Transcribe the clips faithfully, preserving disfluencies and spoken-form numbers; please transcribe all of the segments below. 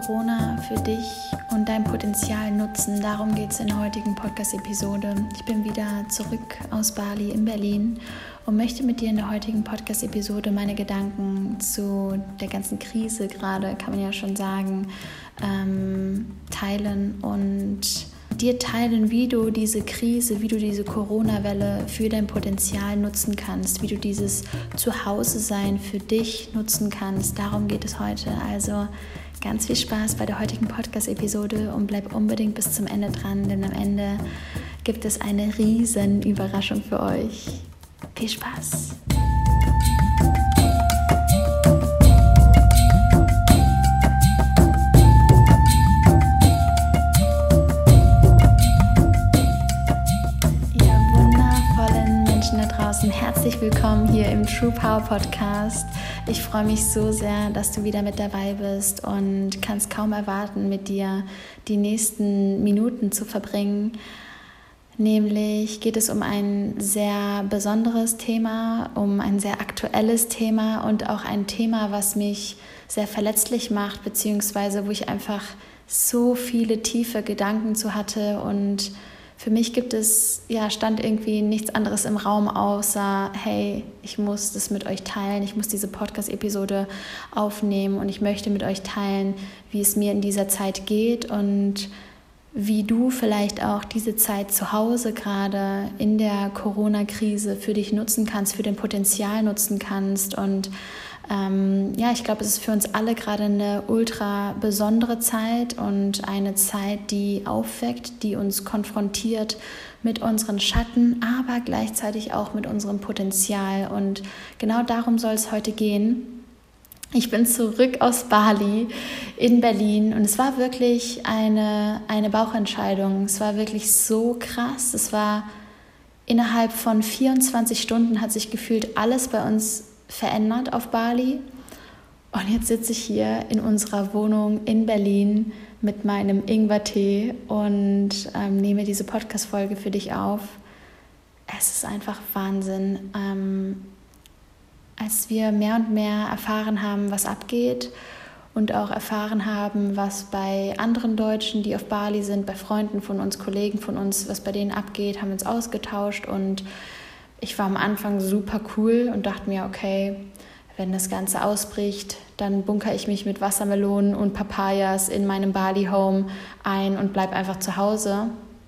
Corona für dich und dein Potenzial nutzen. Darum geht es in der heutigen Podcast-Episode. Ich bin wieder zurück aus Bali in Berlin und möchte mit dir in der heutigen Podcast-Episode meine Gedanken zu der ganzen Krise gerade, kann man ja schon sagen, ähm, teilen und dir teilen, wie du diese Krise, wie du diese Corona-Welle für dein Potenzial nutzen kannst, wie du dieses Zuhause-Sein für dich nutzen kannst. Darum geht es heute. Also ganz viel Spaß bei der heutigen Podcast-Episode und bleib unbedingt bis zum Ende dran, denn am Ende gibt es eine riesen Überraschung für euch. Viel Spaß! Herzlich willkommen hier im True Power Podcast. Ich freue mich so sehr, dass du wieder mit dabei bist und kannst kaum erwarten, mit dir die nächsten Minuten zu verbringen. Nämlich geht es um ein sehr besonderes Thema, um ein sehr aktuelles Thema und auch ein Thema, was mich sehr verletzlich macht, beziehungsweise wo ich einfach so viele tiefe Gedanken zu hatte. Und für mich gibt es, ja, stand irgendwie nichts anderes im Raum, außer, hey, ich muss das mit euch teilen, ich muss diese Podcast-Episode aufnehmen und ich möchte mit euch teilen, wie es mir in dieser Zeit geht und wie du vielleicht auch diese Zeit zu Hause gerade in der Corona-Krise für dich nutzen kannst, für dein Potenzial nutzen kannst. Und Ähm, ja, ich glaube, es ist für uns alle gerade eine ultra besondere Zeit und eine Zeit, die aufweckt, die uns konfrontiert mit unseren Schatten, aber gleichzeitig auch mit unserem Potenzial. Und genau darum soll es heute gehen. Ich bin zurück aus Bali in Berlin und es war wirklich eine, eine Bauchentscheidung. Es war wirklich so krass. Es war innerhalb von vierundzwanzig Stunden hat sich gefühlt alles bei uns verändert auf Bali. Und jetzt sitze ich hier in unserer Wohnung in Berlin mit meinem Ingwertee und ähm, nehme diese Podcast-Folge für dich auf. Es ist einfach Wahnsinn. Ähm, als wir mehr und mehr erfahren haben, was abgeht und auch erfahren haben, was bei anderen Deutschen, die auf Bali sind, bei Freunden von uns, Kollegen von uns, was bei denen abgeht, haben wir uns ausgetauscht und ich war am Anfang super cool und dachte mir, okay, wenn das Ganze ausbricht, dann bunkere ich mich mit Wassermelonen und Papayas in meinem Bali-Home ein und bleibe einfach zu Hause.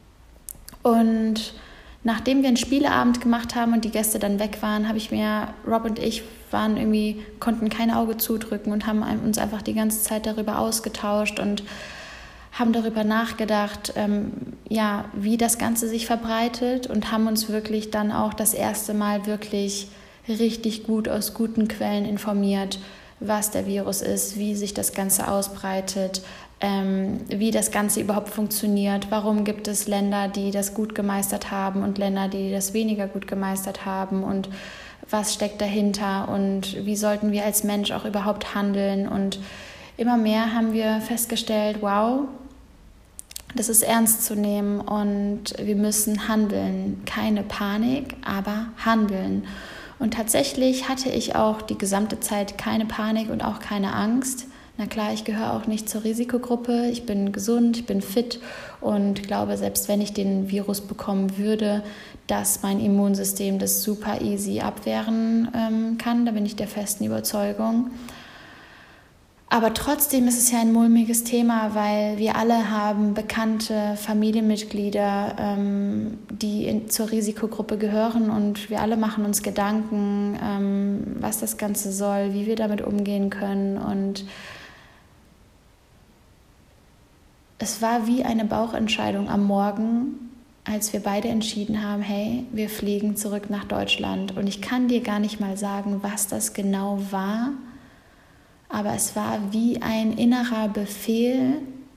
Und nachdem wir einen Spieleabend gemacht haben und die Gäste dann weg waren, habe ich mir, Rob und ich waren irgendwie, konnten kein Auge zudrücken und haben uns einfach die ganze Zeit darüber ausgetauscht und haben darüber nachgedacht, ähm, ja, wie das Ganze sich verbreitet und haben uns wirklich dann auch das erste Mal wirklich richtig gut aus guten Quellen informiert, was der Virus ist, wie sich das Ganze ausbreitet, ähm, wie das Ganze überhaupt funktioniert, warum gibt es Länder, die das gut gemeistert haben und Länder, die das weniger gut gemeistert haben und was steckt dahinter und wie sollten wir als Mensch auch überhaupt handeln. Und immer mehr haben wir festgestellt, wow, das ist ernst zu nehmen und wir müssen handeln. Keine Panik, aber handeln. Und tatsächlich hatte ich auch die gesamte Zeit keine Panik und auch keine Angst. Na klar, ich gehöre auch nicht zur Risikogruppe. Ich bin gesund, ich bin fit und glaube, selbst wenn ich den Virus bekommen würde, dass mein Immunsystem das super easy abwehren ähm, kann. Da bin ich der festen Überzeugung. Aber trotzdem ist es ja ein mulmiges Thema, weil wir alle haben bekannte Familienmitglieder, ähm, die in, zur Risikogruppe gehören und wir alle machen uns Gedanken, ähm, was das Ganze soll, wie wir damit umgehen können. Und es war wie eine Bauchentscheidung am Morgen, als wir beide entschieden haben, hey, wir fliegen zurück nach Deutschland. Und ich kann dir gar nicht mal sagen, was das genau war. Aber es war wie ein innerer Befehl,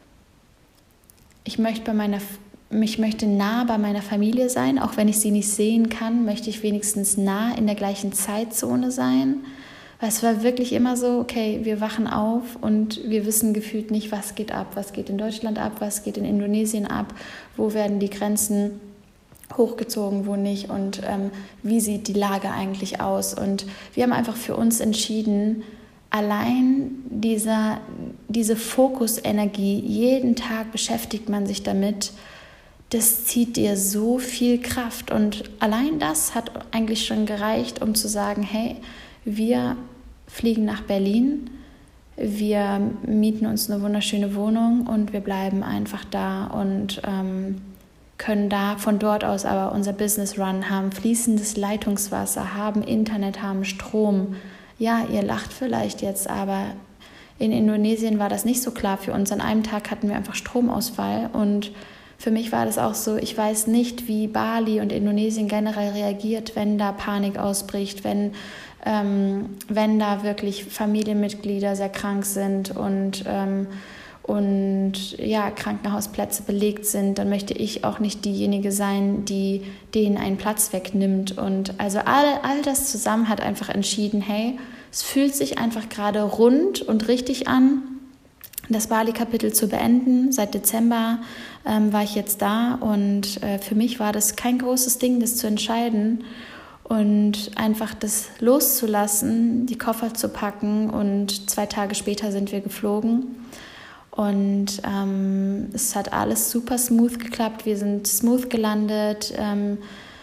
ich möchte, bei meiner, ich möchte nah bei meiner Familie sein, auch wenn ich sie nicht sehen kann, möchte ich wenigstens nah in der gleichen Zeitzone sein. Weil es war wirklich immer so, okay, wir wachen auf und wir wissen gefühlt nicht, was geht ab, was geht in Deutschland ab, was geht in Indonesien ab, wo werden die Grenzen hochgezogen, wo nicht und ähm, wie sieht die Lage eigentlich aus. Und wir haben einfach für uns entschieden, allein dieser, diese Fokusenergie, jeden Tag beschäftigt man sich damit, das zieht dir so viel Kraft. Und allein das hat eigentlich schon gereicht, um zu sagen, hey, wir fliegen nach Berlin, wir mieten uns eine wunderschöne Wohnung und wir bleiben einfach da und ähm, können da von dort aus aber unser Business run, haben fließendes Leitungswasser, haben Internet, haben Strom. Ja, ihr lacht vielleicht jetzt, aber in Indonesien war das nicht so klar für uns. An einem Tag hatten wir einfach Stromausfall und für mich war das auch so, ich weiß nicht, wie Bali und Indonesien generell reagiert, wenn da Panik ausbricht, wenn, ähm, wenn da wirklich Familienmitglieder sehr krank sind und, ähm, und ja, Krankenhausplätze belegt sind, dann möchte ich auch nicht diejenige sein, die denen einen Platz wegnimmt. Und also all, all das zusammen hat einfach entschieden, hey, es fühlt sich einfach gerade rund und richtig an, das Bali-Kapitel zu beenden. Seit Dezember ähm, war ich jetzt da und äh, für mich war das kein großes Ding, das zu entscheiden und einfach das loszulassen, die Koffer zu packen und zwei Tage später sind wir geflogen und ähm, es hat alles super smooth geklappt, wir sind smooth gelandet, ähm,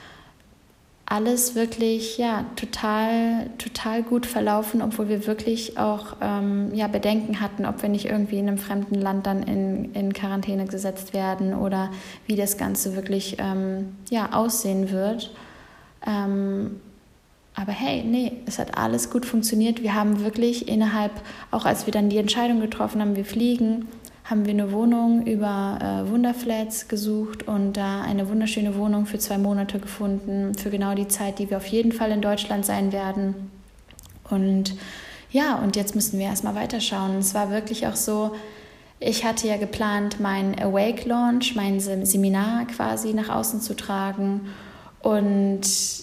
alles wirklich ja total total gut verlaufen, obwohl wir wirklich auch ähm, ja Bedenken hatten, ob wir nicht irgendwie in einem fremden Land dann in, in Quarantäne gesetzt werden oder wie das Ganze wirklich ähm, ja aussehen wird. Ähm, aber hey, nee, es hat alles gut funktioniert. Wir haben wirklich innerhalb, auch als wir dann die Entscheidung getroffen haben, wir fliegen, haben wir eine Wohnung über äh, Wunderflats gesucht und da eine wunderschöne Wohnung für zwei Monate gefunden, für genau die Zeit, die wir auf jeden Fall in Deutschland sein werden. Und ja, und jetzt müssen wir erstmal weiterschauen. Es war wirklich auch so, ich hatte ja geplant, meinen Awake-Launch, mein Seminar quasi nach außen zu tragen und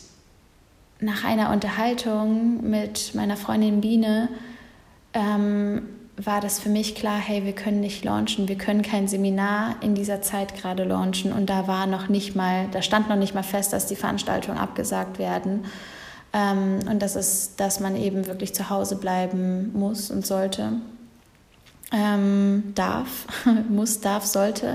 nach einer Unterhaltung mit meiner Freundin Biene ähm, war das für mich klar, hey, wir können nicht launchen, wir können kein Seminar in dieser Zeit gerade launchen und da war noch nicht mal, da stand noch nicht mal fest, dass die Veranstaltungen abgesagt werden ähm, und das ist, dass man eben wirklich zu Hause bleiben muss und sollte, ähm, darf, muss, darf, sollte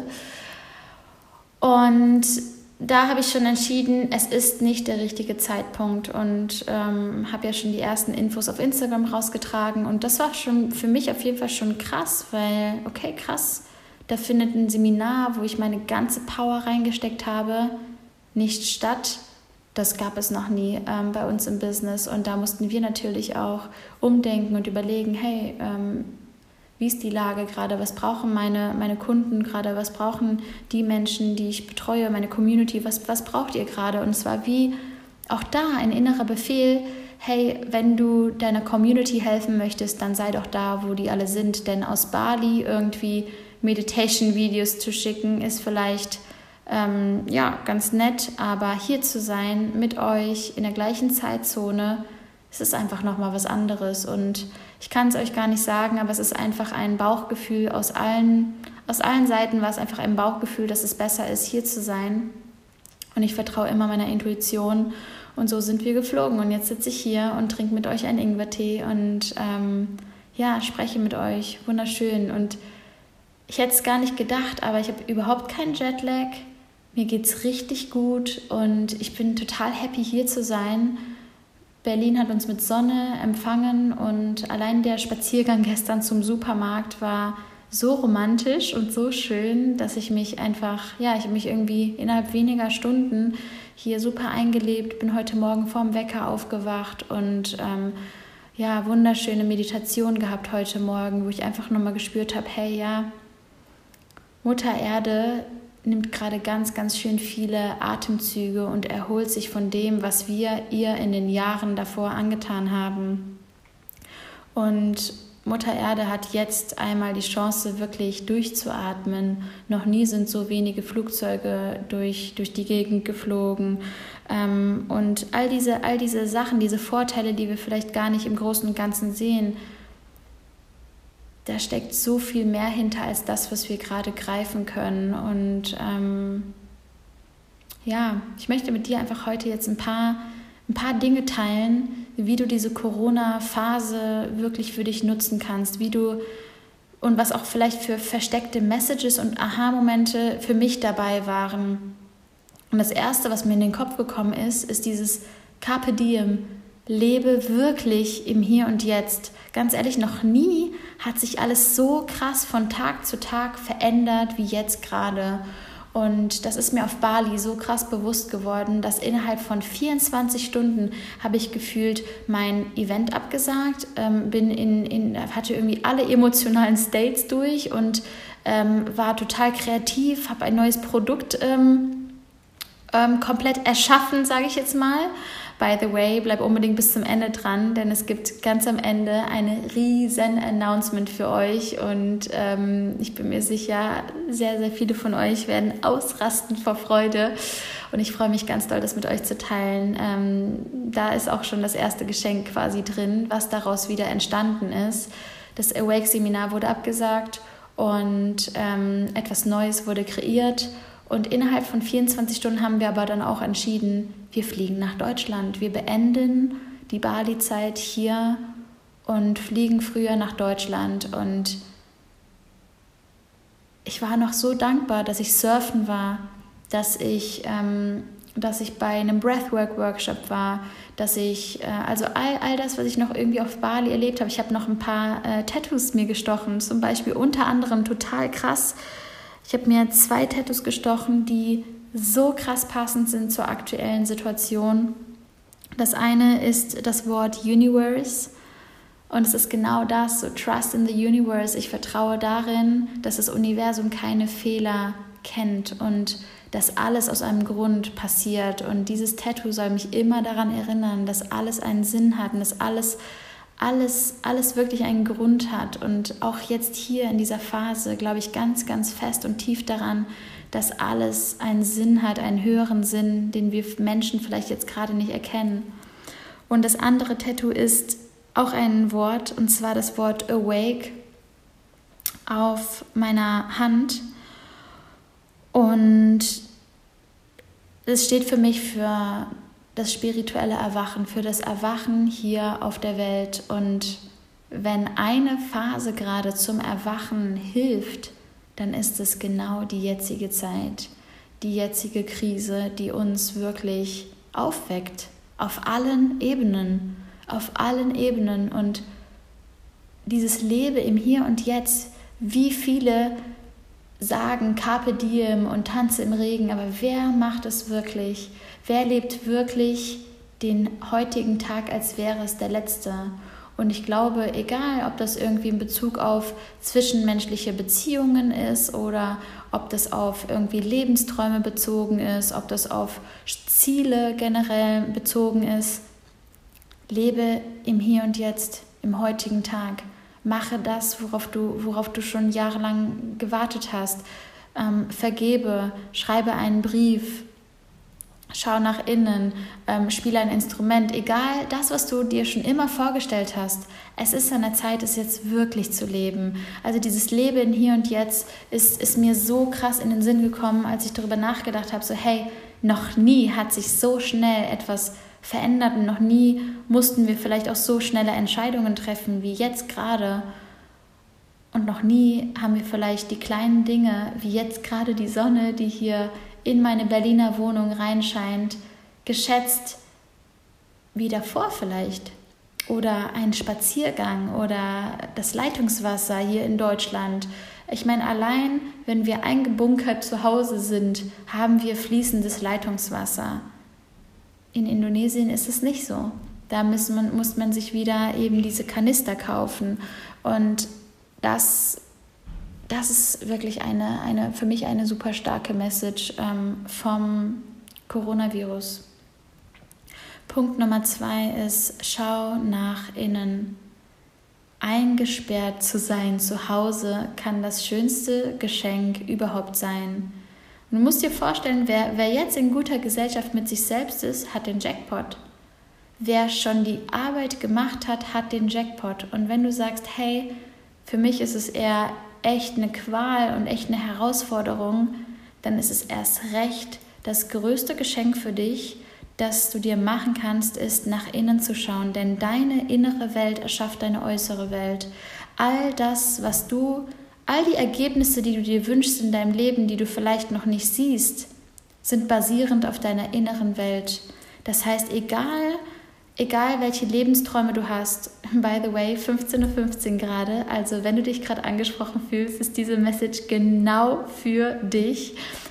und da habe ich schon entschieden, es ist nicht der richtige Zeitpunkt und ähm, habe ja schon die ersten Infos auf Instagram rausgetragen und das war schon für mich auf jeden Fall schon krass, weil, okay, krass, da findet ein Seminar, wo ich meine ganze Power reingesteckt habe, nicht statt. Das gab es noch nie ähm, bei uns im Business und da mussten wir natürlich auch umdenken und überlegen, hey, ähm, wie ist die Lage gerade, was brauchen meine, meine Kunden gerade, was brauchen die Menschen, die ich betreue, meine Community, was, was braucht ihr gerade? Und es war wie auch da ein innerer Befehl, hey, wenn du deiner Community helfen möchtest, dann sei doch da, wo die alle sind, denn aus Bali irgendwie Meditation-Videos zu schicken, ist vielleicht ähm, ja, ganz nett, aber hier zu sein mit euch in der gleichen Zeitzone, es ist einfach nochmal was anderes und ich kann es euch gar nicht sagen, aber es ist einfach ein Bauchgefühl aus allen, aus allen Seiten war es einfach ein Bauchgefühl, dass es besser ist, hier zu sein. Und ich vertraue immer meiner Intuition und so sind wir geflogen. Und jetzt sitze ich hier und trinke mit euch einen Ingwertee und ähm, ja, spreche mit euch. Wunderschön. Und ich hätte es gar nicht gedacht, aber ich habe überhaupt keinen Jetlag. Mir geht es richtig gut und ich bin total happy, hier zu sein. Berlin hat uns mit Sonne empfangen und allein der Spaziergang gestern zum Supermarkt war so romantisch und so schön, dass ich mich einfach, ja, ich habe mich irgendwie innerhalb weniger Stunden hier super eingelebt, bin heute Morgen vorm Wecker aufgewacht und ähm, ja, wunderschöne Meditation gehabt heute Morgen, wo ich einfach nochmal gespürt habe, hey, ja, Mutter Erde nimmt gerade ganz, ganz schön viele Atemzüge und erholt sich von dem, was wir ihr in den Jahren davor angetan haben. Und Mutter Erde hat jetzt einmal die Chance, wirklich durchzuatmen. Noch nie sind so wenige Flugzeuge durch, durch die Gegend geflogen. Und all diese, all diese Sachen, diese Vorteile, die wir vielleicht gar nicht im Großen und Ganzen sehen, da steckt so viel mehr hinter als das, was wir gerade greifen können. Und ähm, ja, ich möchte mit dir einfach heute jetzt ein paar, ein paar Dinge teilen, wie du diese Corona-Phase wirklich für dich nutzen kannst, wie du und was auch vielleicht für versteckte Messages und Aha-Momente für mich dabei waren. Und das Erste, was mir in den Kopf gekommen ist, ist dieses Carpe Diem. Lebe wirklich im Hier und Jetzt. Ganz ehrlich, noch nie hat sich alles so krass von Tag zu Tag verändert wie jetzt gerade. Und das ist mir auf Bali so krass bewusst geworden, dass innerhalb von vierundzwanzig Stunden habe ich gefühlt mein Event abgesagt, ähm, bin in, in, hatte irgendwie alle emotionalen States durch und ähm, war total kreativ, habe ein neues Produkt ähm, ähm, komplett erschaffen, sage ich jetzt mal. By the way, bleib unbedingt bis zum Ende dran, denn es gibt ganz am Ende eine riesen Announcement für euch und ähm, ich bin mir sicher, sehr, sehr viele von euch werden ausrasten vor Freude und ich freue mich ganz doll, das mit euch zu teilen. Ähm, da ist auch schon das erste Geschenk quasi drin, was daraus wieder entstanden ist. Das Awake-Seminar wurde abgesagt und ähm, etwas Neues wurde kreiert. Und innerhalb von vierundzwanzig Stunden haben wir aber dann auch entschieden, wir fliegen nach Deutschland. Wir beenden die Bali-Zeit hier und fliegen früher nach Deutschland. Und ich war noch so dankbar, dass ich surfen war, dass ich, ähm, dass ich bei einem Breathwork-Workshop war, dass ich, äh, also all, all das, was ich noch irgendwie auf Bali erlebt habe. Ich habe noch ein paar äh, Tattoos mir gestochen, zum Beispiel unter anderem total krass. Ich habe mir zwei Tattoos gestochen, die so krass passend sind zur aktuellen Situation. Das eine ist das Wort Universe und es ist genau das, so Trust in the Universe. Ich vertraue darin, dass das Universum keine Fehler kennt und dass alles aus einem Grund passiert. Und dieses Tattoo soll mich immer daran erinnern, dass alles einen Sinn hat und dass alles Alles, alles wirklich einen Grund hat und auch jetzt hier in dieser Phase glaube ich ganz, ganz fest und tief daran, dass alles einen Sinn hat, einen höheren Sinn, den wir Menschen vielleicht jetzt gerade nicht erkennen. Und das andere Tattoo ist auch ein Wort, und zwar das Wort Awake auf meiner Hand. Und es steht für mich für das spirituelle Erwachen, für das Erwachen hier auf der Welt. Und wenn eine Phase gerade zum Erwachen hilft, dann ist es genau die jetzige Zeit, die jetzige Krise, die uns wirklich aufweckt, auf allen Ebenen, auf allen Ebenen. Und dieses Leben im Hier und Jetzt, wie viele sagen Carpe Diem und tanze im Regen, aber wer macht es wirklich? Wer lebt wirklich den heutigen Tag, als wäre es der letzte? Und ich glaube, egal, ob das irgendwie in Bezug auf zwischenmenschliche Beziehungen ist oder ob das auf irgendwie Lebensträume bezogen ist, ob das auf Ziele generell bezogen ist, lebe im Hier und Jetzt, im heutigen Tag. Mache das, worauf du, worauf du schon jahrelang gewartet hast. Ähm, vergebe, schreibe einen Brief, schau nach innen, ähm, spiele ein Instrument, egal, das, was du dir schon immer vorgestellt hast. Es ist an der Zeit, es jetzt wirklich zu leben. Also dieses Leben hier und jetzt ist, ist mir so krass in den Sinn gekommen, als ich darüber nachgedacht habe, so hey, noch nie hat sich so schnell etwas verändert und noch nie mussten wir vielleicht auch so schnelle Entscheidungen treffen wie jetzt gerade. Und noch nie haben wir vielleicht die kleinen Dinge, wie jetzt gerade die Sonne, die hier in meine Berliner Wohnung reinscheint, geschätzt wie davor vielleicht. Oder ein Spaziergang oder das Leitungswasser hier in Deutschland. Ich meine, allein wenn wir eingebunkert zu Hause sind, haben wir fließendes Leitungswasser. In Indonesien ist es nicht so. Da muss man, muss man sich wieder eben diese Kanister kaufen. Und das, das ist wirklich eine, eine, für mich eine super starke Message ähm, vom Coronavirus. Punkt Nummer zwei ist, schau nach innen. Eingesperrt zu sein zu Hause kann das schönste Geschenk überhaupt sein. Und du musst dir vorstellen, wer, wer jetzt in guter Gesellschaft mit sich selbst ist, hat den Jackpot. Wer schon die Arbeit gemacht hat, hat den Jackpot. Und wenn du sagst, hey, für mich ist es eher echt eine Qual und echt eine Herausforderung, dann ist es erst recht das größte Geschenk für dich, das du dir machen kannst, ist, nach innen zu schauen, denn deine innere Welt erschafft deine äußere Welt. All das, was du, all die Ergebnisse, die du dir wünschst in deinem Leben, die du vielleicht noch nicht siehst, sind basierend auf deiner inneren Welt. Das heißt, egal, egal welche Lebensträume du hast, by the way, fünfzehn Uhr fünfzehn gerade, also wenn du dich gerade angesprochen fühlst, ist diese Message genau für dich.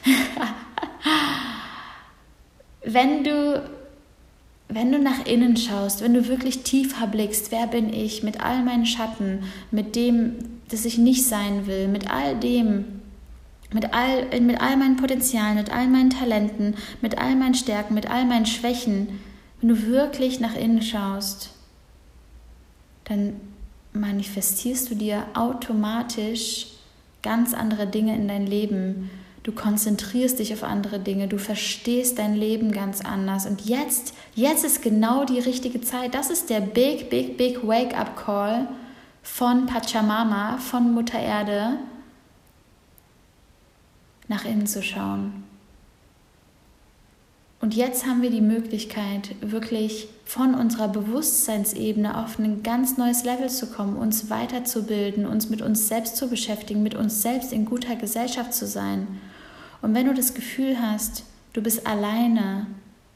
Wenn du, wenn du nach innen schaust, wenn du wirklich tiefer blickst, wer bin ich, mit all meinen Schatten, mit dem, das ich nicht sein will, mit all dem, mit all, mit all meinen Potenzialen, mit all meinen Talenten, mit all meinen Stärken, mit all meinen Schwächen, wenn du wirklich nach innen schaust, dann manifestierst du dir automatisch ganz andere Dinge in dein Leben. Du konzentrierst dich auf andere Dinge, du verstehst dein Leben ganz anders. Und jetzt, jetzt ist genau die richtige Zeit. Das ist der big, big, big Wake-up-Call von Pachamama, von Mutter Erde, nach innen zu schauen. Und jetzt haben wir die Möglichkeit, wirklich von unserer Bewusstseinsebene auf ein ganz neues Level zu kommen, uns weiterzubilden, uns mit uns selbst zu beschäftigen, mit uns selbst in guter Gesellschaft zu sein. Und wenn du das Gefühl hast, du bist alleine,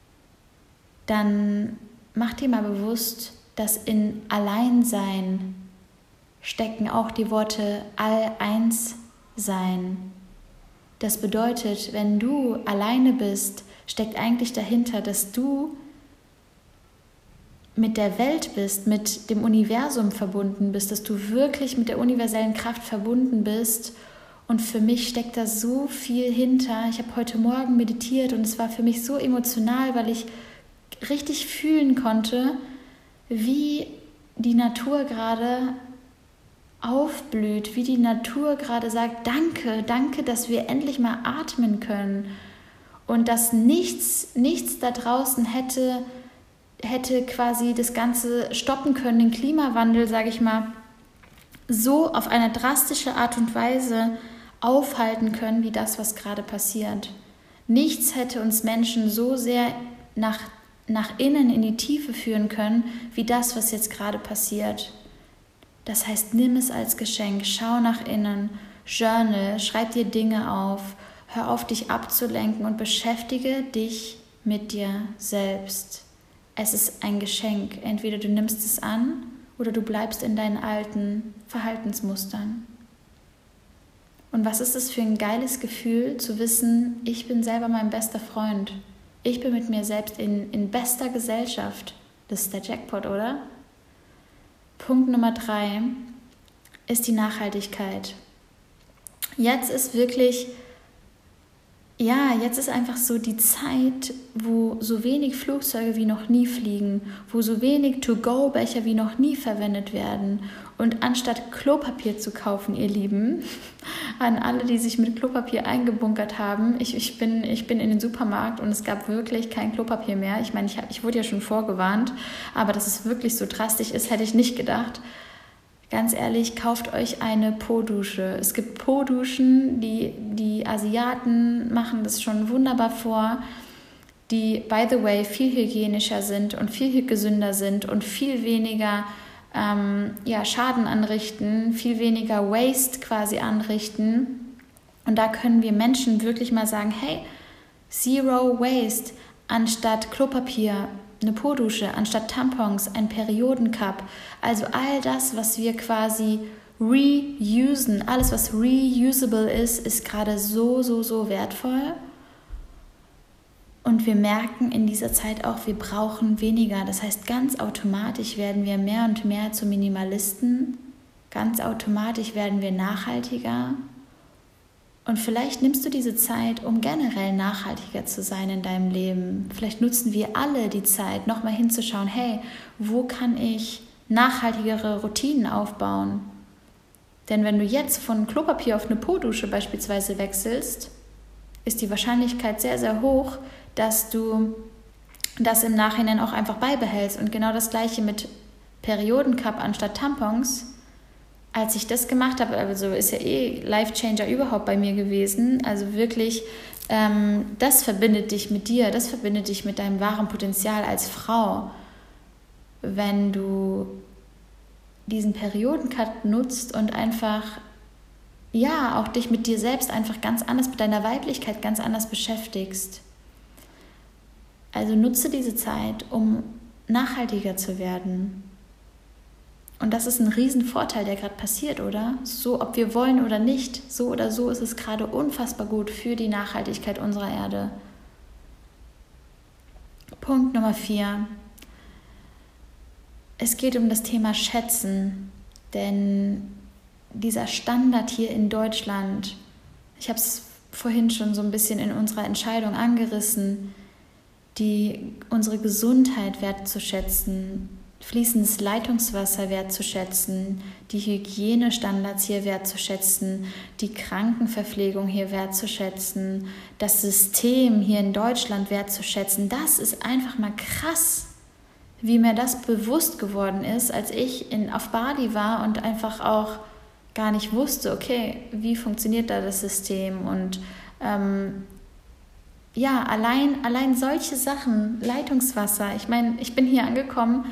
dann mach dir mal bewusst, dass in Alleinsein stecken auch die Worte All-Eins-Sein. Das bedeutet, wenn du alleine bist, steckt eigentlich dahinter, dass du mit der Welt bist, mit dem Universum verbunden bist, dass du wirklich mit der universellen Kraft verbunden bist. Und für mich steckt da so viel hinter. Ich habe heute Morgen meditiert und es war für mich so emotional, weil ich richtig fühlen konnte, wie die Natur gerade aufblüht, wie die Natur gerade sagt, danke, danke, dass wir endlich mal atmen können und dass nichts, nichts da draußen hätte, hätte quasi das Ganze stoppen können, den Klimawandel, sage ich mal, so auf eine drastische Art und Weise aufhalten können, wie das, was gerade passiert. Nichts hätte uns Menschen so sehr nach, nach innen in die Tiefe führen können, wie das, was jetzt gerade passiert. Das heißt, nimm es als Geschenk, schau nach innen, journal, schreib dir Dinge auf, hör auf, dich abzulenken und beschäftige dich mit dir selbst. Es ist ein Geschenk. Entweder du nimmst es an oder du bleibst in deinen alten Verhaltensmustern. Und was ist es für ein geiles Gefühl, zu wissen, ich bin selber mein bester Freund. Ich bin mit mir selbst in, in bester Gesellschaft. Das ist der Jackpot, oder? Punkt Nummer drei ist die Nachhaltigkeit. Jetzt ist wirklich, ja, jetzt ist einfach so die Zeit, wo so wenig Flugzeuge wie noch nie fliegen, wo so wenig To-Go-Becher wie noch nie verwendet werden. Und anstatt Klopapier zu kaufen, ihr Lieben, an alle, die sich mit Klopapier eingebunkert haben, ich, ich, bin, ich bin in den Supermarkt und es gab wirklich kein Klopapier mehr. Ich meine, ich, hab, ich wurde ja schon vorgewarnt, aber dass es wirklich so drastisch ist, hätte ich nicht gedacht. Ganz ehrlich, kauft euch eine Po-Dusche. Es gibt Po-Duschen, die, die Asiaten machen das schon wunderbar vor, die, by the way, viel hygienischer sind und viel gesünder sind und viel weniger ähm, ja, Schaden anrichten, viel weniger Waste quasi anrichten. Und da können wir Menschen wirklich mal sagen, hey, Zero Waste, anstatt Klopapier eine Po-Dusche, anstatt Tampons ein Periodencup. Also all das, was wir quasi reusen, alles was reusable ist, ist gerade so, so, so wertvoll. Und wir merken in dieser Zeit auch, wir brauchen weniger. Das heißt, ganz automatisch werden wir mehr und mehr zu Minimalisten. Ganz automatisch werden wir nachhaltiger. Und vielleicht nimmst du diese Zeit, um generell nachhaltiger zu sein in deinem Leben. Vielleicht nutzen wir alle die Zeit, nochmal hinzuschauen, hey, wo kann ich nachhaltigere Routinen aufbauen? Denn wenn du jetzt von Klopapier auf eine Po-Dusche beispielsweise wechselst, ist die Wahrscheinlichkeit sehr, sehr hoch, dass du das im Nachhinein auch einfach beibehältst. Und genau das Gleiche mit Periodencup anstatt Tampons. Als ich das gemacht habe, also ist ja eh Life-Changer überhaupt bei mir gewesen, also wirklich ähm, das verbindet dich mit dir, das verbindet dich mit deinem wahren Potenzial als Frau, wenn du diesen Periodencut nutzt und einfach, ja, auch dich mit dir selbst einfach ganz anders, mit deiner Weiblichkeit ganz anders beschäftigst. Also nutze diese Zeit, um nachhaltiger zu werden. Und das ist ein Riesenvorteil, der gerade passiert, oder? So, ob wir wollen oder nicht, so oder so ist es gerade unfassbar gut für die Nachhaltigkeit unserer Erde. Punkt Nummer vier. Es geht um das Thema Schätzen, denn dieser Standard hier in Deutschland, ich habe es vorhin schon so ein bisschen in unserer Entscheidung angerissen, die unsere Gesundheit wertzuschätzen, fließendes Leitungswasser wertzuschätzen, die Hygienestandards hier wertzuschätzen, die Krankenverpflegung hier wertzuschätzen, das System hier in Deutschland wertzuschätzen. Das ist einfach mal krass, wie mir das bewusst geworden ist, als ich in, auf Bali war und einfach auch gar nicht wusste, okay, wie funktioniert da das System und ähm, ja, allein, allein solche Sachen, Leitungswasser, ich meine, ich bin hier angekommen,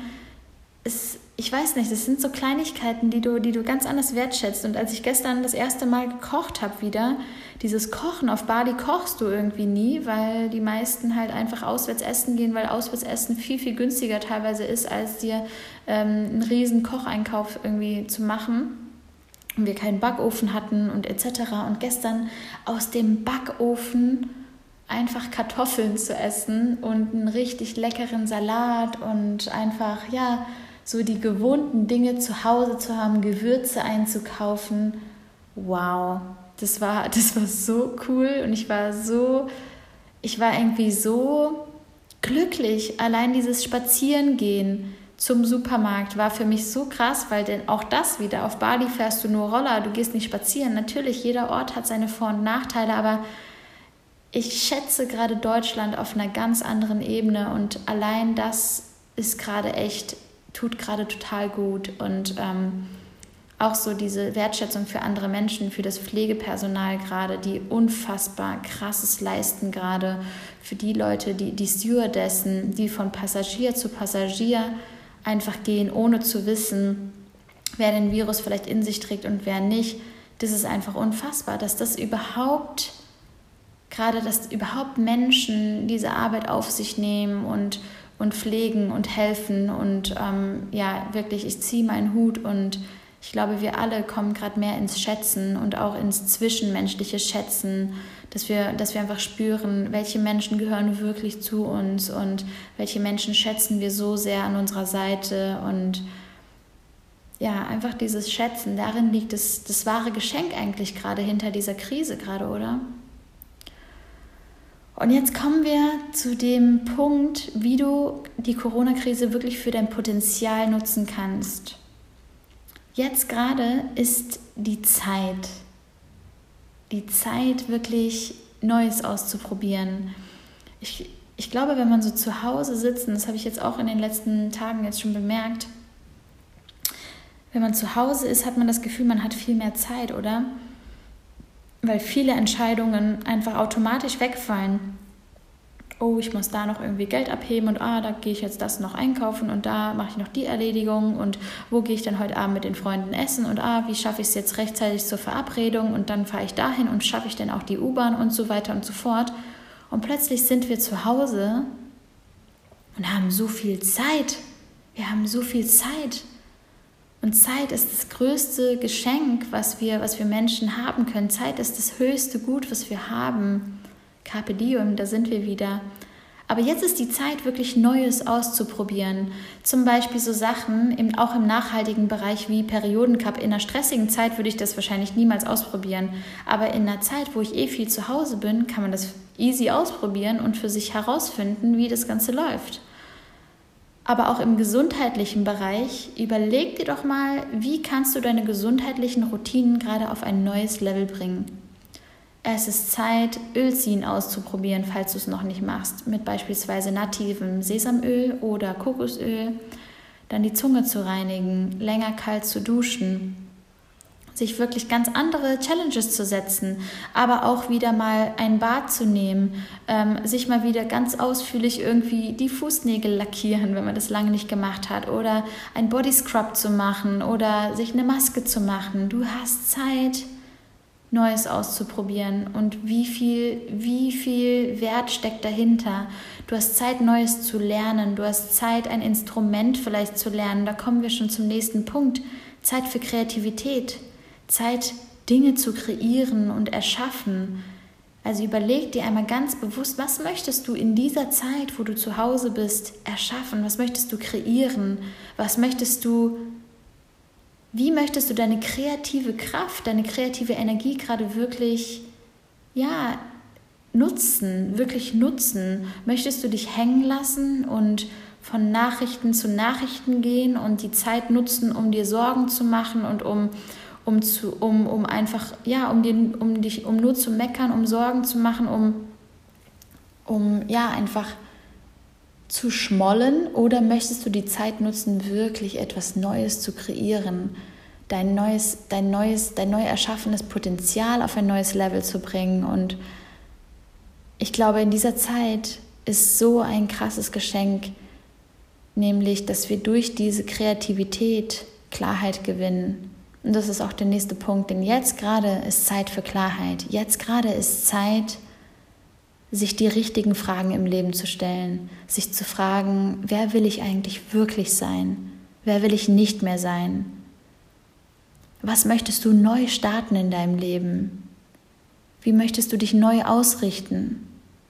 es, ich weiß nicht, das sind so Kleinigkeiten, die du, die du ganz anders wertschätzt. Und als ich gestern das erste Mal gekocht habe wieder, dieses Kochen, auf Bali kochst du irgendwie nie, weil die meisten halt einfach auswärts essen gehen, weil auswärts essen viel, viel günstiger teilweise ist, als dir ähm, einen riesen Kocheinkauf irgendwie zu machen. Und wir keinen Backofen hatten und et cetera. Und gestern aus dem Backofen einfach Kartoffeln zu essen und einen richtig leckeren Salat und einfach, ja, so die gewohnten Dinge zu Hause zu haben, Gewürze einzukaufen. Wow, das war, das war so cool und ich war so, ich war irgendwie so glücklich. Allein dieses Spazierengehen zum Supermarkt war für mich so krass, weil denn auch das wieder, auf Bali fährst du nur Roller, du gehst nicht spazieren. Natürlich, jeder Ort hat seine Vor- und Nachteile, aber ich schätze gerade Deutschland auf einer ganz anderen Ebene und allein das ist gerade echt, tut gerade total gut und ähm, auch so diese Wertschätzung für andere Menschen, für das Pflegepersonal gerade, die unfassbar krasses leisten gerade, für die Leute, die, die Stewardessen, die von Passagier zu Passagier einfach gehen, ohne zu wissen, wer den Virus vielleicht in sich trägt und wer nicht. Das ist einfach unfassbar, dass das überhaupt Gerade, dass überhaupt Menschen diese Arbeit auf sich nehmen und, und pflegen und helfen. Und ähm, ja, wirklich, ich ziehe meinen Hut und ich glaube, wir alle kommen gerade mehr ins Schätzen und auch ins zwischenmenschliche Schätzen, dass wir, dass wir einfach spüren, welche Menschen gehören wirklich zu uns und welche Menschen schätzen wir so sehr an unserer Seite. Und ja, einfach dieses Schätzen, darin liegt das, das wahre Geschenk eigentlich gerade hinter dieser Krise gerade, oder? Und jetzt kommen wir zu dem Punkt, wie du die Corona-Krise wirklich für dein Potenzial nutzen kannst. Jetzt gerade ist die Zeit, die Zeit wirklich Neues auszuprobieren. Ich, ich glaube, wenn man so zu Hause sitzt, und das habe ich jetzt auch in den letzten Tagen jetzt schon bemerkt, wenn man zu Hause ist, hat man das Gefühl, man hat viel mehr Zeit, oder? Weil viele Entscheidungen einfach automatisch wegfallen. Oh, ich muss da noch irgendwie Geld abheben und ah, da gehe ich jetzt das noch einkaufen und da mache ich noch die Erledigung und wo gehe ich dann heute Abend mit den Freunden essen und ah, wie schaffe ich es jetzt rechtzeitig zur Verabredung und dann fahre ich dahin und schaffe ich dann auch die U-Bahn und so weiter und so fort. Und plötzlich sind wir zu Hause und haben so viel Zeit. Wir haben so viel Zeit. Und Zeit ist das größte Geschenk, was wir, was wir Menschen haben können. Zeit ist das höchste Gut, was wir haben. Carpe diem, da sind wir wieder. Aber jetzt ist die Zeit, wirklich Neues auszuprobieren. Zum Beispiel so Sachen, im, auch im nachhaltigen Bereich wie Periodencup. In einer stressigen Zeit würde ich das wahrscheinlich niemals ausprobieren. Aber in einer Zeit, wo ich eh viel zu Hause bin, kann man das easy ausprobieren und für sich herausfinden, wie das Ganze läuft. Aber auch im gesundheitlichen Bereich, überleg dir doch mal, wie kannst du deine gesundheitlichen Routinen gerade auf ein neues Level bringen. Es ist Zeit, Ölziehen auszuprobieren, falls du es noch nicht machst, mit beispielsweise nativem Sesamöl oder Kokosöl. Dann die Zunge zu reinigen, länger kalt zu duschen, sich wirklich ganz andere Challenges zu setzen, aber auch wieder mal ein Bad zu nehmen, ähm, sich mal wieder ganz ausführlich irgendwie die Fußnägel lackieren, wenn man das lange nicht gemacht hat, oder ein Body Scrub zu machen oder sich eine Maske zu machen. Du hast Zeit, Neues auszuprobieren, und wie viel, wie viel Wert steckt dahinter. Du hast Zeit, Neues zu lernen, du hast Zeit, ein Instrument vielleicht zu lernen. Da kommen wir schon zum nächsten Punkt. Zeit für Kreativität, Zeit, Dinge zu kreieren und erschaffen. Also überleg dir einmal ganz bewusst, was möchtest du in dieser Zeit, wo du zu Hause bist, erschaffen? Was möchtest du kreieren? Was möchtest du Wie möchtest du deine kreative Kraft, deine kreative Energie gerade wirklich, ja, nutzen, wirklich nutzen? Möchtest du dich hängen lassen und von Nachrichten zu Nachrichten gehen und die Zeit nutzen, um dir Sorgen zu machen und um, um, zu, um, um einfach, ja, um, den, um dich, um nur zu meckern, um Sorgen zu machen, um, um ja, einfach zu schmollen? Oder möchtest du die Zeit nutzen, wirklich etwas Neues zu kreieren, dein neues, dein neues, dein neu erschaffenes Potenzial auf ein neues Level zu bringen? Und ich glaube, in dieser Zeit ist so ein krasses Geschenk, nämlich, dass wir durch diese Kreativität Klarheit gewinnen. Und das ist auch der nächste Punkt, denn jetzt gerade ist Zeit für Klarheit. Jetzt gerade ist Zeit, sich die richtigen Fragen im Leben zu stellen, sich zu fragen, wer will ich eigentlich wirklich sein? Wer will ich nicht mehr sein? Was möchtest du neu starten in deinem Leben? Wie möchtest du dich neu ausrichten?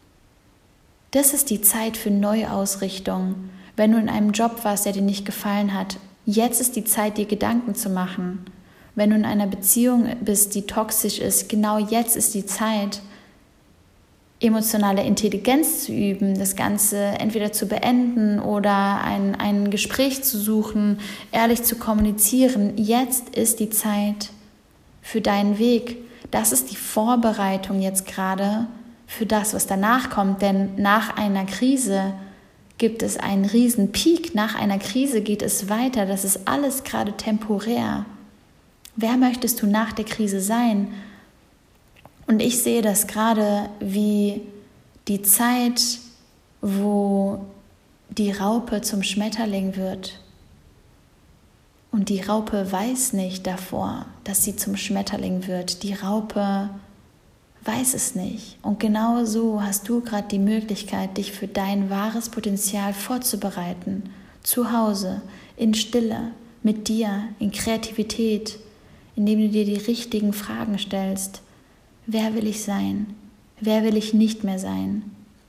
Das ist die Zeit für Neuausrichtung. Wenn du in einem Job warst, der dir nicht gefallen hat, jetzt ist die Zeit, dir Gedanken zu machen. Wenn du in einer Beziehung bist, die toxisch ist, genau jetzt ist die Zeit, emotionale Intelligenz zu üben, das Ganze entweder zu beenden oder ein, ein Gespräch zu suchen, ehrlich zu kommunizieren. Jetzt ist die Zeit für deinen Weg. Das ist die Vorbereitung jetzt gerade für das, was danach kommt. Denn nach einer Krise gibt es einen riesen Peak. Nach einer Krise geht es weiter. Das ist alles gerade temporär. Wer möchtest du nach der Krise sein? Und ich sehe das gerade wie die Zeit, wo die Raupe zum Schmetterling wird. Und die Raupe weiß nicht davor, dass sie zum Schmetterling wird. Die Raupe weiß es nicht. Und genau so hast du gerade die Möglichkeit, dich für dein wahres Potenzial vorzubereiten. Zu Hause, in Stille, mit dir, in Kreativität, indem du dir die richtigen Fragen stellst. Wer will ich sein? Wer will ich nicht mehr sein?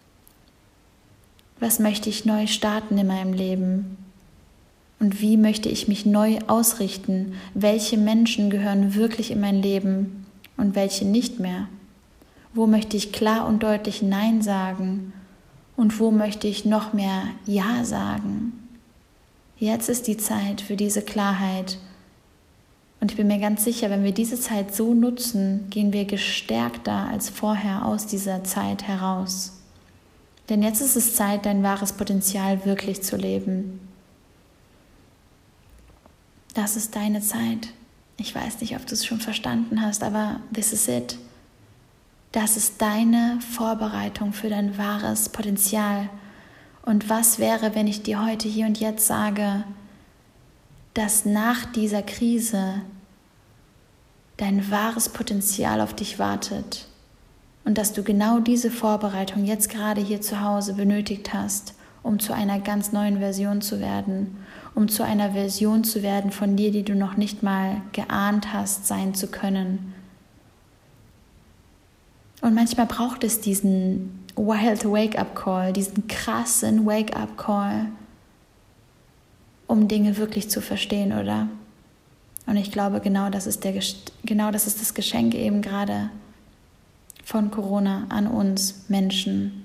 Was möchte ich neu starten in meinem Leben? Und wie möchte ich mich neu ausrichten? Welche Menschen gehören wirklich in mein Leben und welche nicht mehr? Wo möchte ich klar und deutlich Nein sagen? Und wo möchte ich noch mehr Ja sagen? Jetzt ist die Zeit für diese Klarheit. Und ich bin mir ganz sicher, wenn wir diese Zeit so nutzen, gehen wir gestärkter als vorher aus dieser Zeit heraus. Denn jetzt ist es Zeit, dein wahres Potenzial wirklich zu leben. Das ist deine Zeit. Ich weiß nicht, ob du es schon verstanden hast, aber this is it. Das ist deine Vorbereitung für dein wahres Potenzial. Und was wäre, wenn ich dir heute hier und jetzt sage, dass nach dieser Krise dein wahres Potenzial auf dich wartet und dass du genau diese Vorbereitung jetzt gerade hier zu Hause benötigt hast, um zu einer ganz neuen Version zu werden, um zu einer Version zu werden von dir, die du noch nicht mal geahnt hast, sein zu können. Und manchmal braucht es diesen wild Wake-up-Call, diesen krassen Wake-up-Call, um Dinge wirklich zu verstehen, oder? Und ich glaube, genau das ist der, genau das ist das Geschenk eben gerade von Corona an uns Menschen.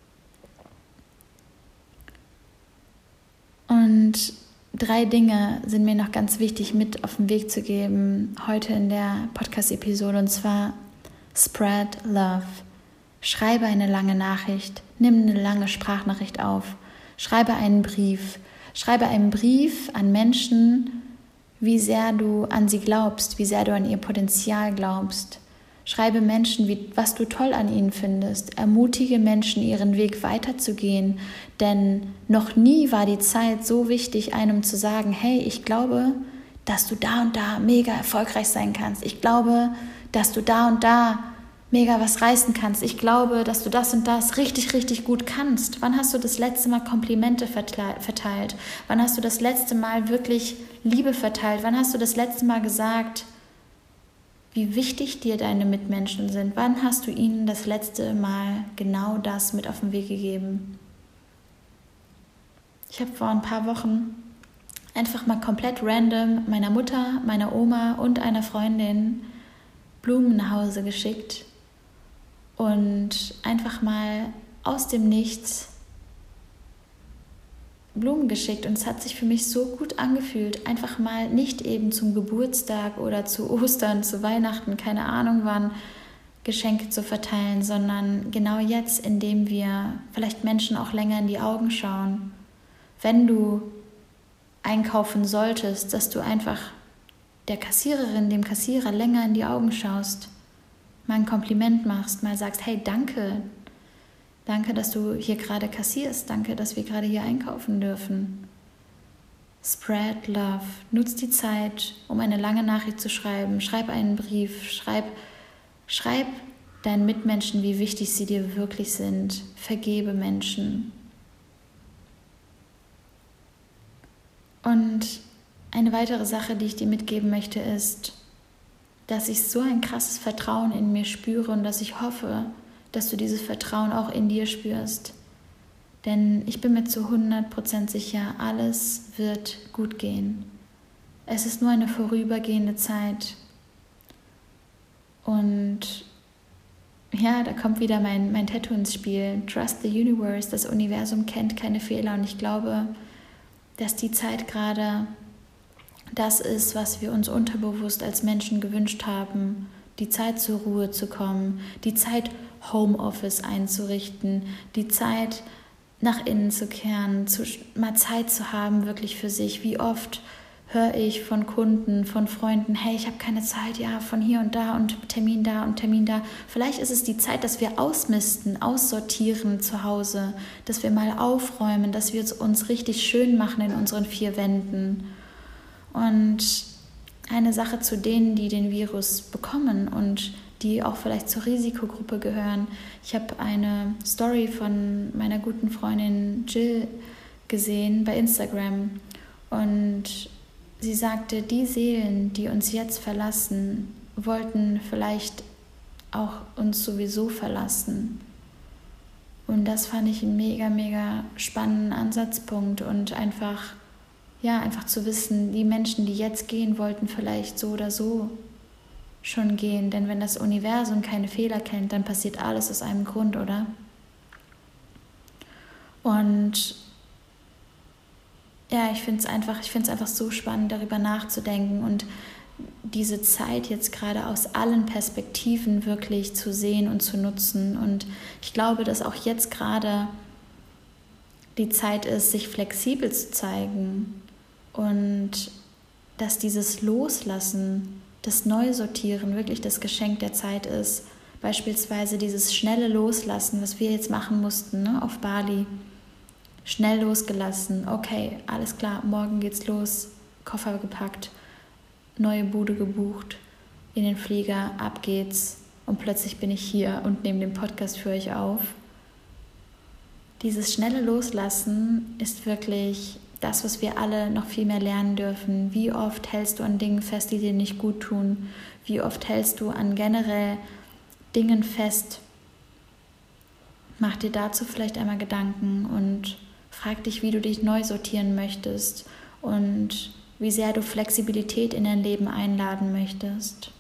Und drei Dinge sind mir noch ganz wichtig mit auf den Weg zu geben heute in der Podcast-Episode, und zwar Spread Love. Schreibe eine lange Nachricht, nimm eine lange Sprachnachricht auf, schreibe einen Brief, schreibe einen Brief an Menschen, wie sehr du an sie glaubst, wie sehr du an ihr Potenzial glaubst. Schreibe Menschen, wie, was du toll an ihnen findest. Ermutige Menschen, ihren Weg weiterzugehen. Denn noch nie war die Zeit so wichtig, einem zu sagen, hey, ich glaube, dass du da und da mega erfolgreich sein kannst. Ich glaube, dass du da und da mega was reißen kannst. Ich glaube, dass du das und das richtig, richtig gut kannst. Wann hast du das letzte Mal Komplimente verteilt? Wann hast du das letzte Mal wirklich Liebe verteilt? Wann hast du das letzte Mal gesagt, wie wichtig dir deine Mitmenschen sind? Wann hast du ihnen das letzte Mal genau das mit auf den Weg gegeben? Ich habe vor ein paar Wochen einfach mal komplett random meiner Mutter, meiner Oma und einer Freundin Blumen nach Hause geschickt und einfach mal aus dem Nichts Blumen geschickt, und es hat sich für mich so gut angefühlt, einfach mal nicht eben zum Geburtstag oder zu Ostern, zu Weihnachten, keine Ahnung wann, Geschenke zu verteilen, sondern genau jetzt, indem wir vielleicht Menschen auch länger in die Augen schauen. Wenn du einkaufen solltest, dass du einfach der Kassiererin, dem Kassierer länger in die Augen schaust, mal ein Kompliment machst, mal sagst, hey, danke, danke, dass du hier gerade kassierst. Danke, dass wir gerade hier einkaufen dürfen. Spread love. Nutz die Zeit, um eine lange Nachricht zu schreiben. Schreib einen Brief. Schreib, schreib deinen Mitmenschen, wie wichtig sie dir wirklich sind. Vergebe Menschen. Und eine weitere Sache, die ich dir mitgeben möchte, ist, dass ich so ein krasses Vertrauen in mir spüre und dass ich hoffe, dass du dieses Vertrauen auch in dir spürst. Denn ich bin mir zu hundert Prozent sicher, alles wird gut gehen. Es ist nur eine vorübergehende Zeit. Und ja, da kommt wieder mein, mein Tattoo ins Spiel. Trust the universe, das Universum kennt keine Fehler. Und ich glaube, dass die Zeit gerade das ist, was wir uns unterbewusst als Menschen gewünscht haben. Die Zeit, zur Ruhe zu kommen, die Zeit, Homeoffice einzurichten, die Zeit, nach innen zu kehren, zu, mal Zeit zu haben, wirklich für sich. Wie oft höre ich von Kunden, von Freunden, hey, ich habe keine Zeit, ja, von hier und da und Termin da und Termin da. Vielleicht ist es die Zeit, dass wir ausmisten, aussortieren zu Hause, dass wir mal aufräumen, dass wir es uns richtig schön machen in unseren vier Wänden. Und eine Sache zu denen, die den Virus bekommen und die auch vielleicht zur Risikogruppe gehören. Ich habe eine Story von meiner guten Freundin Jill gesehen bei Instagram und sie sagte, die Seelen, die uns jetzt verlassen, wollten vielleicht auch uns sowieso verlassen. Und das fand ich einen mega, mega spannenden Ansatzpunkt und einfach, ja, einfach zu wissen, die Menschen, die jetzt gehen, wollten vielleicht so oder so schon gehen. Denn wenn das Universum keine Fehler kennt, dann passiert alles aus einem Grund, oder? Und ja, ich finde es einfach, ich finde es einfach so spannend, darüber nachzudenken und diese Zeit jetzt gerade aus allen Perspektiven wirklich zu sehen und zu nutzen. Und ich glaube, dass auch jetzt gerade die Zeit ist, sich flexibel zu zeigen und dass dieses Loslassen, das Neusortieren wirklich das Geschenk der Zeit ist. Beispielsweise dieses schnelle Loslassen, was wir jetzt machen mussten, ne, auf Bali. Schnell losgelassen, okay, alles klar, morgen geht's los, Koffer gepackt, neue Bude gebucht, in den Flieger, ab geht's und plötzlich bin ich hier und nehme den Podcast für euch auf. Dieses schnelle Loslassen ist wirklich das, was wir alle noch viel mehr lernen dürfen. Wie oft hältst du an Dingen fest, die dir nicht gut tun? Wie oft hältst du an generell Dingen fest? Mach dir dazu vielleicht einmal Gedanken und frag dich, wie du dich neu sortieren möchtest und wie sehr du Flexibilität in dein Leben einladen möchtest.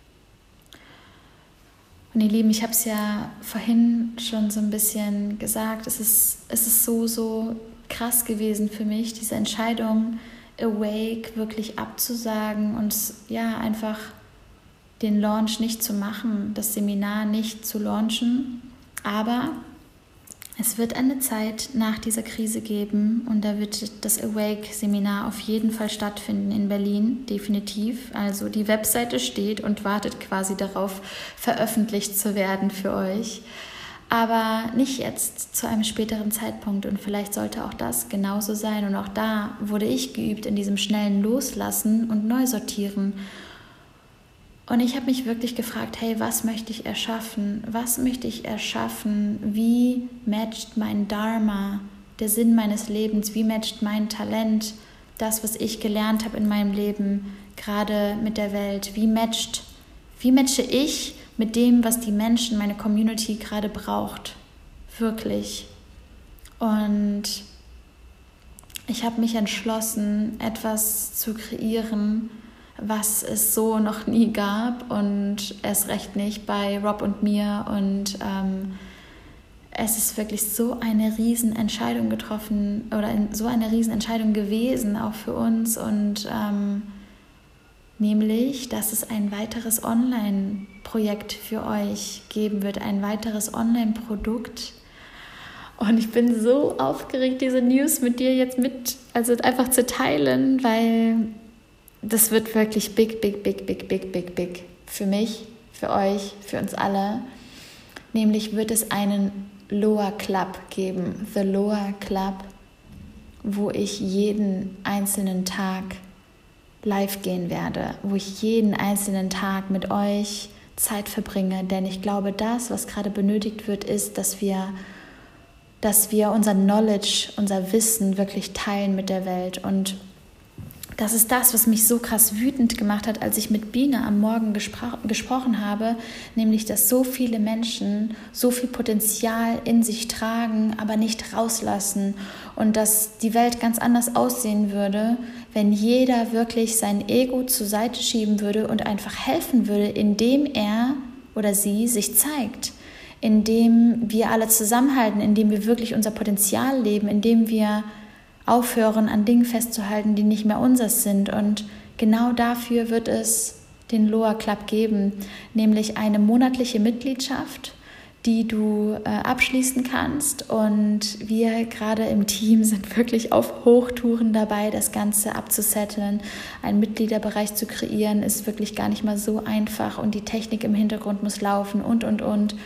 Und ihr Lieben, ich habe es ja vorhin schon so ein bisschen gesagt, es ist, es ist so, so krass gewesen für mich, diese Entscheidung, Awake wirklich abzusagen und ja, einfach den Launch nicht zu machen, das Seminar nicht zu launchen. Aber Es wird eine Zeit nach dieser Krise geben und da wird das Awake-Seminar auf jeden Fall stattfinden in Berlin, definitiv. Also die Webseite steht und wartet quasi darauf, veröffentlicht zu werden für euch. Aber nicht jetzt, zu einem späteren Zeitpunkt, und vielleicht sollte auch das genauso sein. Und auch da wurde ich geübt in diesem schnellen Loslassen und Neusortieren. Und ich habe mich wirklich gefragt, hey, was möchte ich erschaffen? Was möchte ich erschaffen? Wie matcht mein Dharma, der Sinn meines Lebens? Wie matcht mein Talent, das, was ich gelernt habe in meinem Leben, gerade mit der Welt? Wie matcht, wie matche ich mit dem, was die Menschen, meine Community gerade braucht? Wirklich. Und ich habe mich entschlossen, etwas zu kreieren, was es so noch nie gab und erst recht nicht bei Rob und mir. Und ähm, es ist wirklich so eine Riesenentscheidung getroffen oder so eine Riesenentscheidung gewesen, auch für uns. Und ähm, nämlich, dass es ein weiteres Online-Projekt für euch geben wird, ein weiteres Online-Produkt. Und ich bin so aufgeregt, diese News mit dir jetzt mit, also einfach zu teilen, weil das wird wirklich big, big, big, big, big, big, big. Für mich, für euch, für uns alle. Nämlich wird es einen Loa Club geben. The Loa Club, wo ich jeden einzelnen Tag live gehen werde. Wo ich jeden einzelnen Tag mit euch Zeit verbringe. Denn ich glaube, das, was gerade benötigt wird, ist, dass wir, dass wir unser Knowledge, unser Wissen wirklich teilen mit der Welt. Und das ist das, was mich so krass wütend gemacht hat, als ich mit Biene am Morgen gespro- gesprochen habe, nämlich, dass so viele Menschen so viel Potenzial in sich tragen, aber nicht rauslassen und dass die Welt ganz anders aussehen würde, wenn jeder wirklich sein Ego zur Seite schieben würde und einfach helfen würde, indem er oder sie sich zeigt, indem wir alle zusammenhalten, indem wir wirklich unser Potenzial leben, indem wir aufhören, an Dingen festzuhalten, die nicht mehr unseres sind. Und genau dafür wird es den Loa Club geben, nämlich eine monatliche Mitgliedschaft, die du äh, abschließen kannst. Und wir gerade im Team sind wirklich auf Hochtouren dabei, das Ganze abzusetteln. Einen Mitgliederbereich zu kreieren, ist wirklich gar nicht mal so einfach und die Technik im Hintergrund muss laufen und, und, und.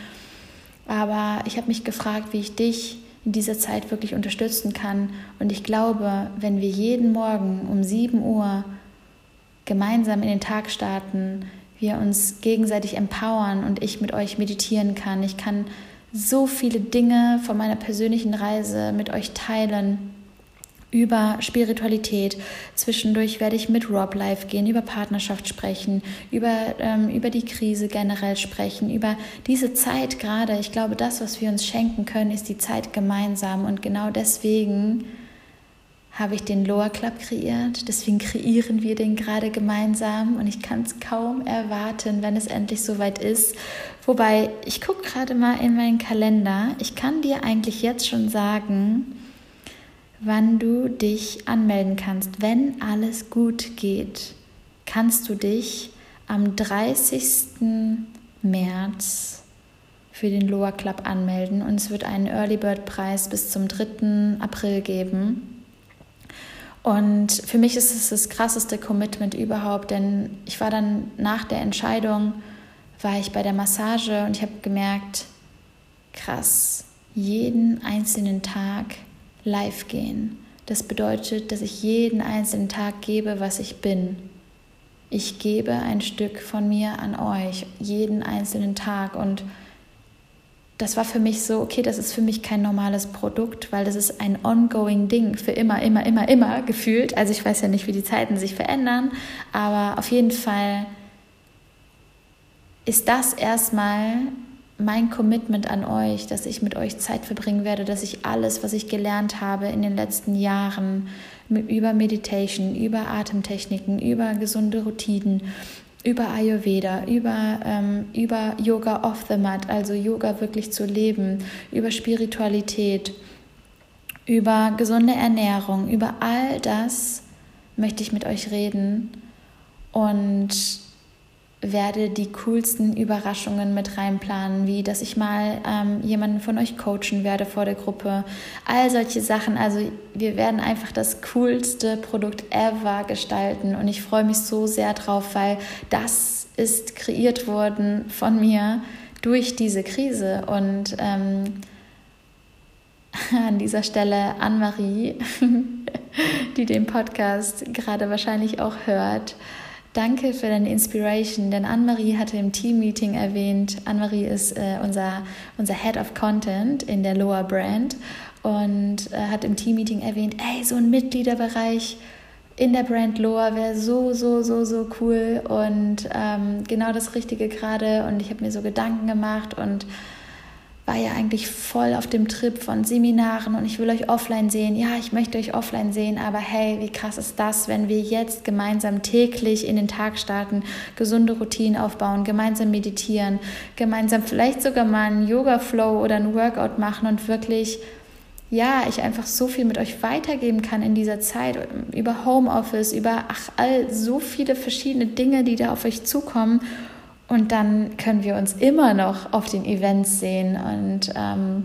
Aber ich habe mich gefragt, wie ich dich in dieser Zeit wirklich unterstützen kann. Und ich glaube, wenn wir jeden Morgen um sieben Uhr gemeinsam in den Tag starten, wir uns gegenseitig empowern und ich mit euch meditieren kann. Ich kann so viele Dinge von meiner persönlichen Reise mit euch teilen über Spiritualität. Zwischendurch werde ich mit Rob live gehen, über Partnerschaft sprechen, über, ähm, über die Krise generell sprechen, über diese Zeit gerade. Ich glaube, das, was wir uns schenken können, ist die Zeit gemeinsam. Und genau deswegen habe ich den Loa Club kreiert. Deswegen kreieren wir den gerade gemeinsam. Und ich kann es kaum erwarten, wenn es endlich soweit ist. Wobei, ich gucke gerade mal in meinen Kalender. Ich kann dir eigentlich jetzt schon sagen, wann du dich anmelden kannst. Wenn alles gut geht, kannst du dich am dreißigsten März für den Loa Club anmelden und es wird einen Early Bird Preis bis zum dritten April geben. Und für mich ist es das krasseste Commitment überhaupt, denn ich war dann nach der Entscheidung, war ich bei der Massage und ich habe gemerkt, krass, jeden einzelnen Tag live gehen. Das bedeutet, dass ich jeden einzelnen Tag gebe, was ich bin. Ich gebe ein Stück von mir an euch, jeden einzelnen Tag. Und das war für mich so, okay, das ist für mich kein normales Produkt, weil das ist ein ongoing Ding für immer, immer, immer, immer gefühlt. Also ich weiß ja nicht, wie die Zeiten sich verändern, aber auf jeden Fall ist das erstmal mein Commitment an euch, dass ich mit euch Zeit verbringen werde, dass ich alles, was ich gelernt habe in den letzten Jahren über Meditation, über Atemtechniken, über gesunde Routinen, über Ayurveda, über, ähm, über Yoga off the mat, also Yoga wirklich zu leben, über Spiritualität, über gesunde Ernährung, über all das möchte ich mit euch reden. Und werde die coolsten Überraschungen mit reinplanen, wie dass ich mal ähm, jemanden von euch coachen werde vor der Gruppe. All solche Sachen. Also wir werden einfach das coolste Produkt ever gestalten und ich freue mich so sehr drauf, weil das ist kreiert worden von mir durch diese Krise. Und ähm, an dieser Stelle Anne-Marie, die den Podcast gerade wahrscheinlich auch hört, danke für deine Inspiration, denn Anne-Marie hatte im Team-Meeting erwähnt, Anne-Marie ist äh, unser, unser Head of Content in der Loa Brand und äh, hat im Team-Meeting erwähnt, ey, so ein Mitgliederbereich in der Brand Loa wäre so, so, so, so cool und ähm, genau das Richtige gerade und ich habe mir so Gedanken gemacht und war ja eigentlich voll auf dem Trip von Seminaren und ich will euch offline sehen. Ja, ich möchte euch offline sehen, aber hey, wie krass ist das, wenn wir jetzt gemeinsam täglich in den Tag starten, gesunde Routinen aufbauen, gemeinsam meditieren, gemeinsam vielleicht sogar mal einen Yoga-Flow oder einen Workout machen und wirklich, ja, ich einfach so viel mit euch weitergeben kann in dieser Zeit, über Homeoffice, über ach, all so viele verschiedene Dinge, die da auf euch zukommen. Und dann können wir uns immer noch auf den Events sehen. Und ähm,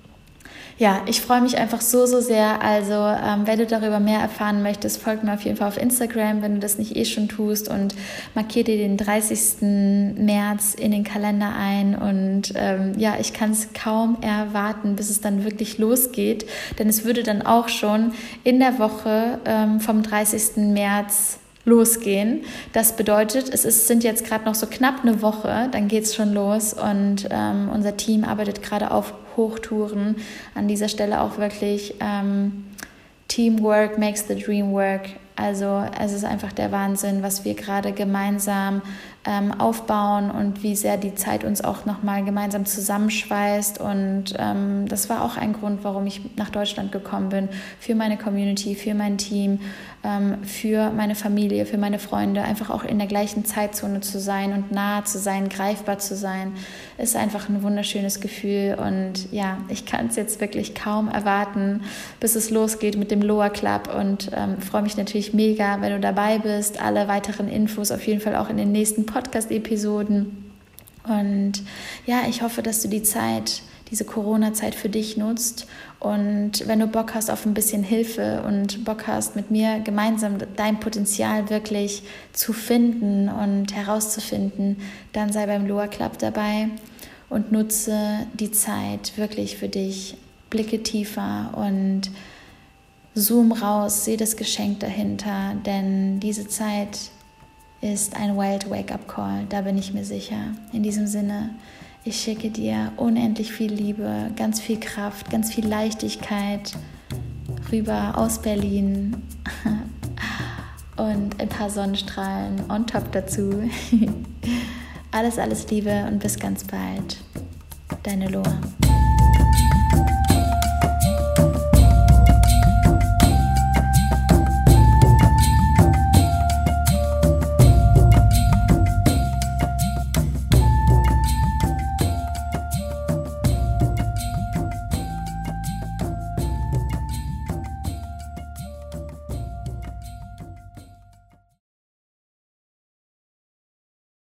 ja, ich freue mich einfach so, so sehr. Also ähm, wenn du darüber mehr erfahren möchtest, folg mir auf jeden Fall auf Instagram, wenn du das nicht eh schon tust. Und markier dir den dreißigsten März in den Kalender ein. Und ähm, ja, ich kann es kaum erwarten, bis es dann wirklich losgeht. Denn es würde dann auch schon in der Woche ähm, vom dreißigsten März losgehen. Das bedeutet, es ist, sind jetzt gerade noch so knapp eine Woche, dann geht es schon los und ähm, unser Team arbeitet gerade auf Hochtouren. An dieser Stelle auch wirklich ähm, Teamwork makes the dream work. Also es ist einfach der Wahnsinn, was wir gerade gemeinsam ähm, aufbauen und wie sehr die Zeit uns auch nochmal gemeinsam zusammenschweißt. Und ähm, das war auch ein Grund, warum ich nach Deutschland gekommen bin, für meine Community, für mein Team, ähm, für meine Familie, für meine Freunde, einfach auch in der gleichen Zeitzone zu sein und nah zu sein, greifbar zu sein, ist einfach ein wunderschönes Gefühl. Und ja, ich kann es jetzt wirklich kaum erwarten, bis es losgeht mit dem Loa Club und ähm, freue mich natürlich mega, wenn du dabei bist. Alle weiteren Infos auf jeden Fall auch in den nächsten Podcast-Episoden. Und ja, ich hoffe, dass du die Zeit, diese Corona-Zeit für dich nutzt. Und wenn du Bock hast auf ein bisschen Hilfe und Bock hast, mit mir gemeinsam dein Potenzial wirklich zu finden und herauszufinden, dann sei beim Loa Club dabei und nutze die Zeit wirklich für dich. Blicke tiefer und zoom raus, sehe das Geschenk dahinter, denn diese Zeit ist ein Wild Wake-up-Call, da bin ich mir sicher. In diesem Sinne, ich schicke dir unendlich viel Liebe, ganz viel Kraft, ganz viel Leichtigkeit rüber aus Berlin und ein paar Sonnenstrahlen on top dazu. Alles, alles Liebe und bis ganz bald. Deine Loa.